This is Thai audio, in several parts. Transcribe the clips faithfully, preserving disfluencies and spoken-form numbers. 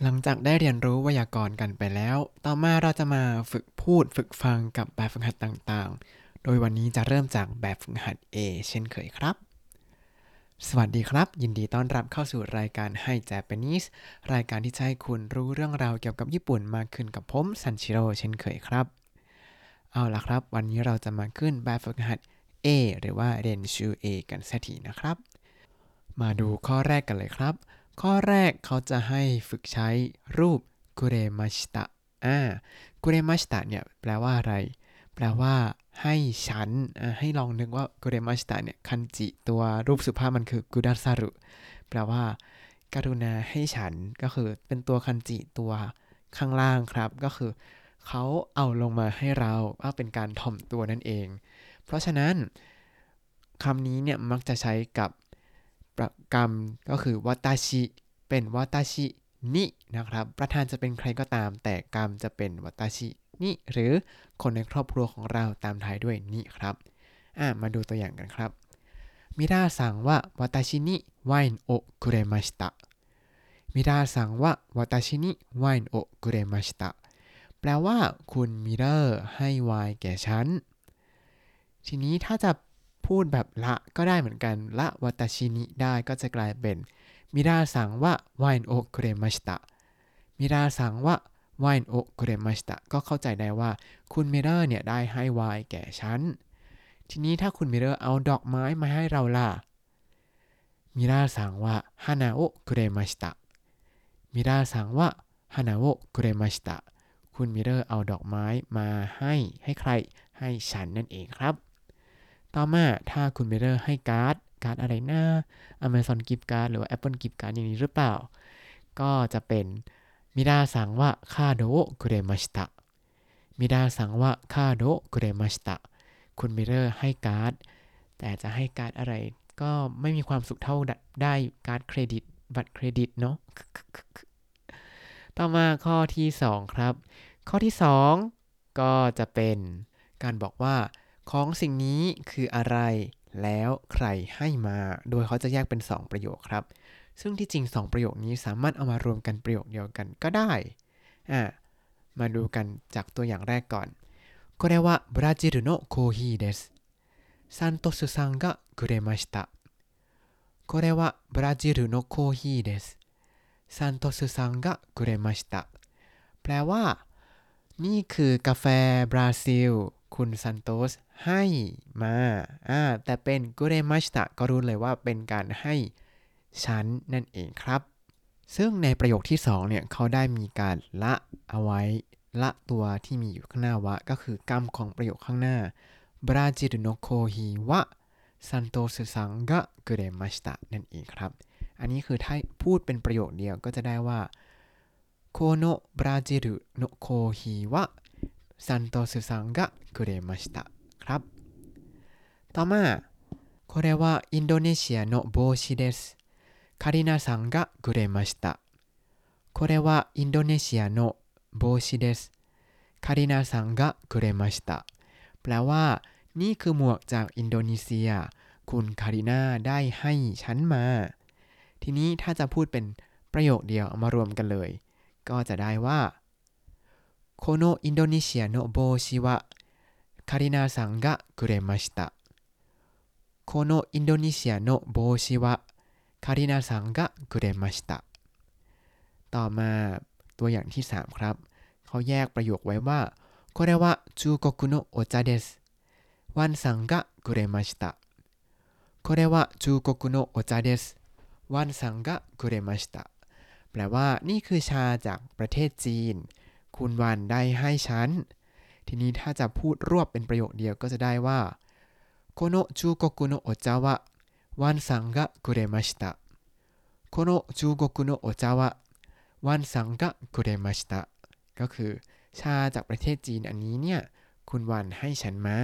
หลังจากได้เรียนรู้ไวยากรณ์กันไปแล้ว ต่อมาเราจะมาฝึกพูดฝึกฟังกับแบบฝึกหัดต่างๆ โดยวันนี้จะเริ่มจากแบบฝึกหัด A เช่นเคยครับ สวัสดีครับ ยินดีต้อนรับเข้าสู่รายการ Hi Japanese รายการที่จะให้คุณรู้เรื่องราวเกี่ยวกับญี่ปุ่นมากขึ้นกับผมซันชิโร่เช่นเคยครับ เอาล่ะครับ วันนี้เราจะมาขึ้นแบบฝึกหัด A หรือว่าเรียนชู A กันสักทีนะครับ มาดูข้อแรกกันเลยครับ ข้อแรกเขาจะให้ฝึกใช้รูปกุเรมาชิตะอ่ากุเรมาชิตะเนี่ยแปลว่าอะไร แปลว่าให้ฉันอ่าให้ลองนึกว่ากุเรมาชิตะเนี่ยคันจิตัวรูปสุภาพมันคือกุดาซารุแปลว่าการุณาให้ฉันก็คือเป็นตัวคันจิตัวข้างล่างครับก็คือเขาเอาลงมาให้เราว่าเป็นการถ่อมตัวนั่นเองเพราะฉะนั้นคำนี้เนี่ยมักจะใช้กับประกรรมก็คือวาตาชิเป็นวาตาชินินะครับประธานจะเป็นใครก็ตามแต่กรรมจะเป็นวาตาชินิหรือคนในครอบครัวของเราตามท้ายด้วยนิครับอ่ะมาดูตัวอย่างกันครับมิราซังวะวาตาชินิไวน์โอคุเรมาชิตะมิราซังวะวาตาชินิไวน์โอคุเรมาชิตะแปลว่าคุณมิเรอร์ให้ไวน์แก่ฉันทีนี้ถ้าจะพูดแบบละก็ได้เหมือนกันละวาตาชินิได้ก็จะกลายเป็นมิราซังวะไวน์โอคุเรมาชิตะมิราซังวะไวน์โอคุเรมาชิตะก็เข้าใจได้ว่าคุณมิเรอร์เนี่ยได้ให้ไวน์แก่ฉันทีนี้ถ้าคุณมิเรอร์เอาดอกไม้มาให้เราล่ะมิราซังวะฮานาโอคุเรมาชิตะมิราซังวะฮานาโอคุเรมาชิตะคุณมิเรอร์เอาดอกไม้มาให้ให้ใครให้ฉันนั่นเองครับต่อมาถ้าคุณมิเรอร์ให้การ์ดการ์ดอะไรนะ Amazon Gift Card หรือว่า Apple Gift Card อย่างนี้หรือเปล่าก็จะเป็นมิราซังวะคาโดโอคุเรมาชิตะมิราซังวะคาโดโอคุเรมาชิตะคุณมิเรอร์ให้การ์ดแต่จะให้การ์ดอะไรก็ไม่มีความสุขเท่าได้การ์ดเครดิตบัตรเครดิตเนาะต่อมาข้อที่สองครับข้อที่สองก็จะเป็นการบอกว่าของสิ่งนี้คืออะไรแล้วใครให้มาโดยเขาจะแยกเป็นสองประโยคครับซึ่งที่จริงสองประโยคนี้สามารถเอามารวมกันประโยคเดียวกันก็ได้อ่ะมาดูกันจากตัวอย่างแรกก่อนこれはブラジルのコーヒーですサントスさんがくれましたこれはブラジルのコーヒーですサントスさんがくれましたแปลว่านี่คือกาแฟบราซิลคุณซันโตสให้มาอ่าแต่เป็นกุเรมาชิตะก็รู้เลยว่าเป็นการให้ฉันนั่นเองครับซึ่งในประโยคที่สองเนี่ยเขาได้มีการละเอาไว้ละตัวที่มีอยู่ข้างหน้าวะก็คือกรรมของประโยคข้างหน้าบราซิลโนโคฮิวะซันโตสซังกะกุเรมาชิตะนั่นเองครับอันนี้คือถ้าพูดเป็นประโยคเดียวก็จะได้ว่าこのブラジルのコーヒーはサントスさんがくれましたครับต่อมาこれはインドネシアの帽子ですカリナさんがくれましたこれはインドネシアの帽子ですカリナさんがくれましたแปลว่านี่คือหมวกจากอินโดนีเซียคุณคาริน่าได้ให้ฉันมาทีนี้ถ้าจะพูดเป็นประโยคเดียวเอามารวมกันเลยก็จะได้ว่าこのインドネシアの帽子はカリナさんがくれましたこのインドネシアの帽子はカリナさんがくれましたต่อมาตัวอย่างที่สามครับเขาแยกประโยคไว้ว่าこれは中国のお茶ですワンさんがくれましたこれは中国のお茶ですワンさんがくれましたแปลว่านี่คือชาจากประเทศจีนคุณวันได้ให้ฉันทีนี้ถ้าจะพูดรวบเป็นประโยคเดียวก็จะได้ว่าこの中国のお茶はワンさんがくれましたこの中国のお茶はワンさんがくれましたก็คือชาจากประเทศจีนอันนี้เนี่ยคุณวันให้ฉันมา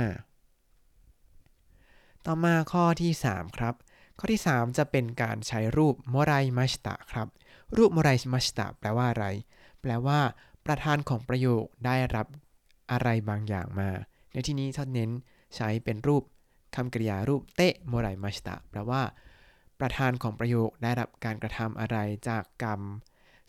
ต่อมาข้อที่สามครับข้อที่สามจะเป็นการใช้รูปโมไรมาชิตะครับรูปโมไรมาชิตะแปลว่าอะไรแปลว่าประธานของประโยคได้รับอะไรบางอย่างมาในที่นี้เขาเน้นใช้เป็นรูปคำกริยารูปเตะโมไรมาชิตะแปลว่าประธานของประโยคได้รับการกระทำอะไรจากกรรม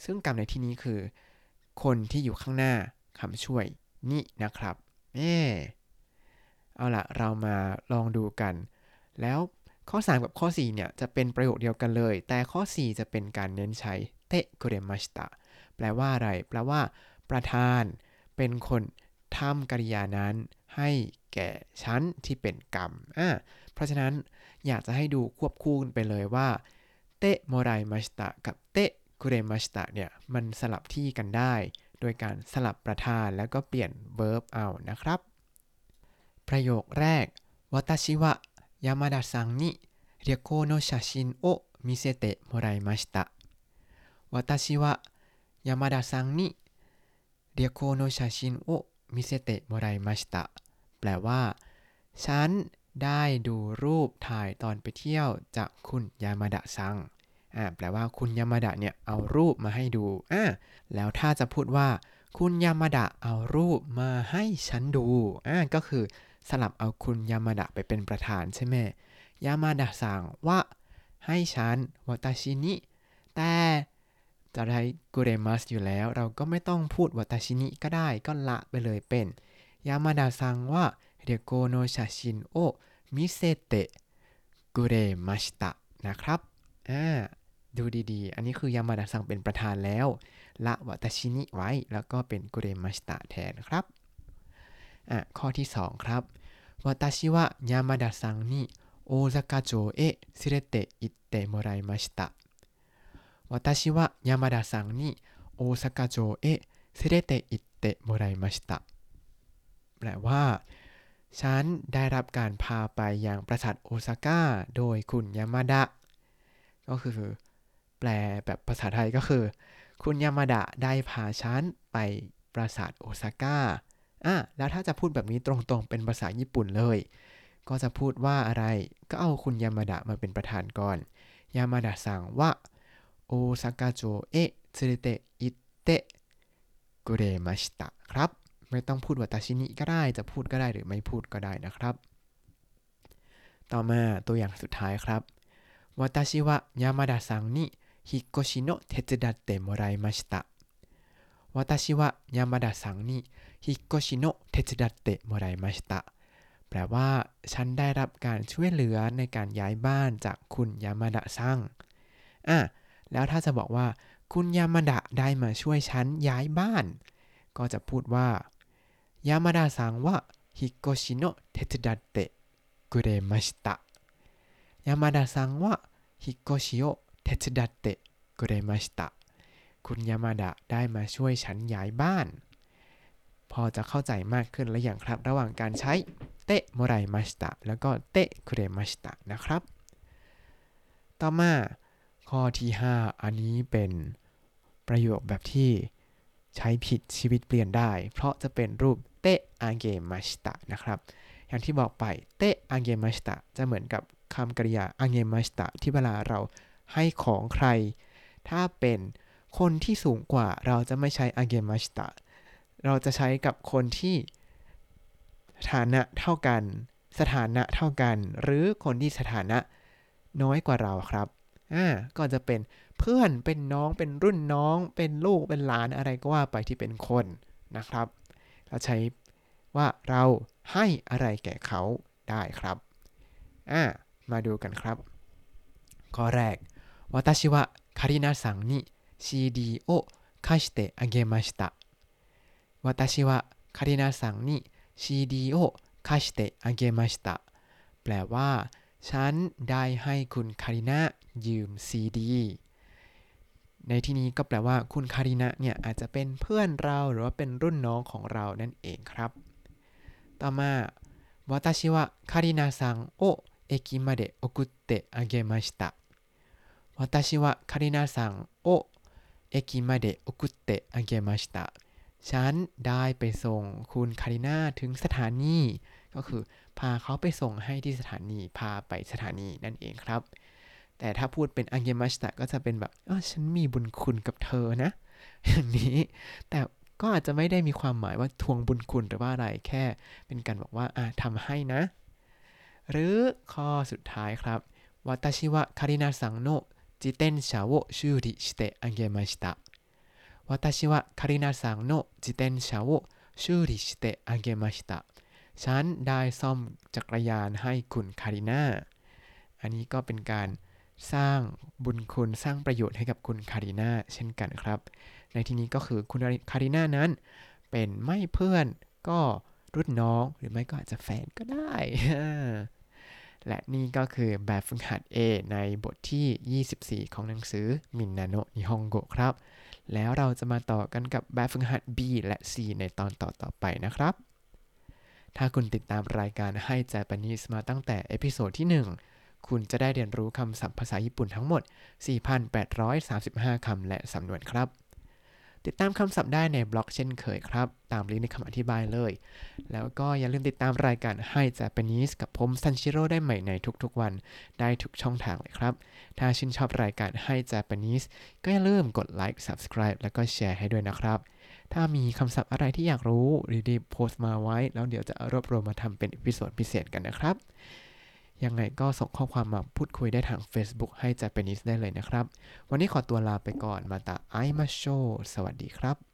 ซึ่งกรรมในที่นี้คือคนที่อยู่ข้างหน้าคำช่วยนี่นะครับเออเอาล่ะเรามาลองดูกันแล้วข้อสามกับข้อสี่เนี่ยจะเป็นประโยคเดียวกันเลยแต่ข้อสี่จะเป็นการเน้นใช้เตะกุเรมาชิตะแปลว่าอะไรแปลว่าประธานเป็นคนทำกริยานั้นให้แก่ฉันที่เป็นกรรมอ่ะเพราะฉะนั้นอยากจะให้ดูควบคู่กันไปเลยว่าเตะโมไรมาชิตะกับเตะกุเรมาชิตะเนี่ยมันสลับที่กันได้โดยการสลับประธานแล้วก็เปลี่ยน verb เอานะครับประโยคแรก私は山田さんに旅行の写真を見せてもらいました私は山田さんに旅行の写真を見せてもらいましたแปลว่าฉันได้ดูรูปถ่ายตอนไปเที่ยวจากคุณยามาดะซังอ่าแปลว่าคุณยามาดะเนี่ยเอารูปมาให้ดูอ่าแล้วถ้าจะพูดว่าคุณยามาดะเอารูปมาให้ฉันดูอ่าก็คือสลับเอาคุณยามาดะไปเป็นประธานใช่ไหมยามาดะซังว่าให้ฉันวาตาชินิแต่จะได้กุเรมัสอยู่แล้วเราก็ไม่ต้องพูดวาตาชินิก็ได้ก็ละไปเลยเป็นยามาดะซังว่า旅行の写真を見せてくれましたนะครับอ่าดูดีๆอันนี้คือยามาดะซังเป็นประธานแล้วละวาตาชินิไว้แล้วก็เป็นกุเรมาชิตะแทนครับอ่ะข้อที่สองครับ私は山田さんに大阪城へ連れて行ってもらいました私は山田さんに大阪城へ連れて行ってもらいましたแปลว่าฉันได้รับการพาไปยังปราสาทโอซาก้าโดยคุณยามาดะก็คือแปลแบบภาษาไทยก็คือคุณยามาดะได้พาฉันไปปราสาทโอซาก้าอ่ะแล้วถ้าจะพูดแบบนี้ตรงๆเป็นภาษาญี่ปุ่นเลยก็จะพูดว่าอะไรก็เอาคุณยามาดะมาเป็นประธานก่อนยามาดะสั่งว่าโอซาก้าโจเอะつれて行ってくれましたครับไม่ต้องพูดวาตาชินิก็ได้จะพูดก็ได้หรือไม่พูดก็ได้นะครับต่อมาตัวอย่างสุดท้ายครับ私は山田さんに引っ越しの手伝ってもらいました私は山田さんに引っ越しの手伝ってもらいましたแปลว่าฉันได้รับการช่วยเหลือในการย้ายบ้านจากคุณยามาดะซังอ่ะแล้วถ้าจะบอกว่าคุณยามาดะได้มาช่วยฉันย้ายบ้านก็จะพูดว่า山田さんは引っ越しの手伝ってくれました山田さんは引っ越しを手伝ってくれましたคุณยามาดะได้มาช่วยฉันย้ายบ้านพอจะเข้าใจมากขึ้นแล้วอย่างครับระหว่างการใช้เตะโมไรมาชิตะแล้วก็เตะคุเรมาชิตะนะครับต่อมาข้อที่ห้าอันนี้เป็นประโยคแบบที่ใช้ผิดชีวิตเปลี่ยนได้เพราะจะเป็นรูปเตะอาเกมาชิตะนะครับอย่างที่บอกไปเตะอาเกมาชิตะจะเหมือนกับคำกริยาอาเกมาชิตะที่เวลาเราให้ของใครถ้าเป็นคนที่สูงกว่าเราจะไม่ใช้อาเกมาชิตะเราจะใช้กับคนที่ฐานะเท่ากันสถานะเท่ากันหรือคนที่สถานะน้อยกว่าเราครับอ่าก็จะเป็นเพื่อนเป็นน้องเป็นรุ่นน้องเป็นลูกเป็นหลานอะไรก็ว่าไปที่เป็นคนนะครับเราใช้ว่าเราให้อะไรแก่เขาได้ครับอ่ามาดูกันครับข้อแรก私はカリナさんに ซี ดี を貸してあげました私はカリナさんに ซี ดี を貸してあげましたแปลว่าฉันได้ให้คุณคารินะยืม ซี ดี ในที่นี้ก็แปลว่าคุณคารินะเนี่ยอาจจะเป็นเพื่อนเราหรือว่าเป็นรุ่นน้องของเรานั่นเองครับต่อมา私はカリナさんを駅まで送ってあげました私はカリナさんを駅まで送ってあげましたฉันได้ไปส่งคุณคาริน่าถึงสถานีก็คือพาเขาไปส่งให้ที่สถานีพาไปสถานีนั่นเองครับแต่ถ้าพูดเป็นอาเกมัชตะก็จะเป็นแบบอ๋อฉันมีบุญคุณกับเธอนะอย่างนี้แต่ก็อาจจะไม่ได้มีความหมายว่าทวงบุญคุณหรือว่าอะไรแค่เป็นการบอกว่าอ่ะทำให้นะหรือข้อสุดท้ายครับ私はカリナさんの自転車を修理してあげました私はカリナさんの自転車を修理してあげました ฉันได้ซ่อมจักรยานให้คุณคาริน่าอันนี้ก็เป็นการสร้างบุญคุณสร้างประโยชน์ให้กับคุณคาริน่าเช่นกันครับในที่นี้ก็คือคุณคาริน่านั้นเป็นไม่เพื่อนก็รุ่นน้องหรือไม่ก็อาจจะแฟนก็ได้ และนี่ก็คือแบบฝึกหัด A ในบทที่ยี่สิบสี่ของหนังสือมินนาโนะนิฮงโกะครับแล้วเราจะมาต่อกันกับแบบฝึกหัด B และ C ในตอนต่อๆไปนะครับถ้าคุณติดตามรายการให้ Japanese มาตั้งแต่เอพิโซดที่หนึ่งคุณจะได้เรียนรู้คำศัพท์ภาษาญี่ปุ่นทั้งหมด สี่พันแปดร้อยสามสิบห้า คำและสำนวนครับติดตามคำศัพท์ได้ในบล็อกเช่นเคยครับตามลิงก์ในคำอธิบายเลยแล้วก็อย่าลืมติดตามรายการให้ Japanese กับผมซันชิโร่ได้ใหม่ในทุกๆวันได้ทุกช่องทางเลยครับถ้าชื่นชอบรายการให้ Japanese ก็อย่าลืมกดไลค์ Subscribe แล้วก็แชร์ให้ด้วยนะครับถ้ามีคำศัพท์อะไรที่อยากรู้รีบๆโพสต์มาไว้แล้วเดี๋ยวจะรวบรวมมาทำเป็นอีพิโซดพิเศษกันนะครับยังไงก็ส่งข้อความมาพูดคุยได้ทาง Facebook ให้ Japanese ได้เลยนะครับวันนี้ขอตัวลาไปก่อนมาตาไอมาโชสวัสดีครับ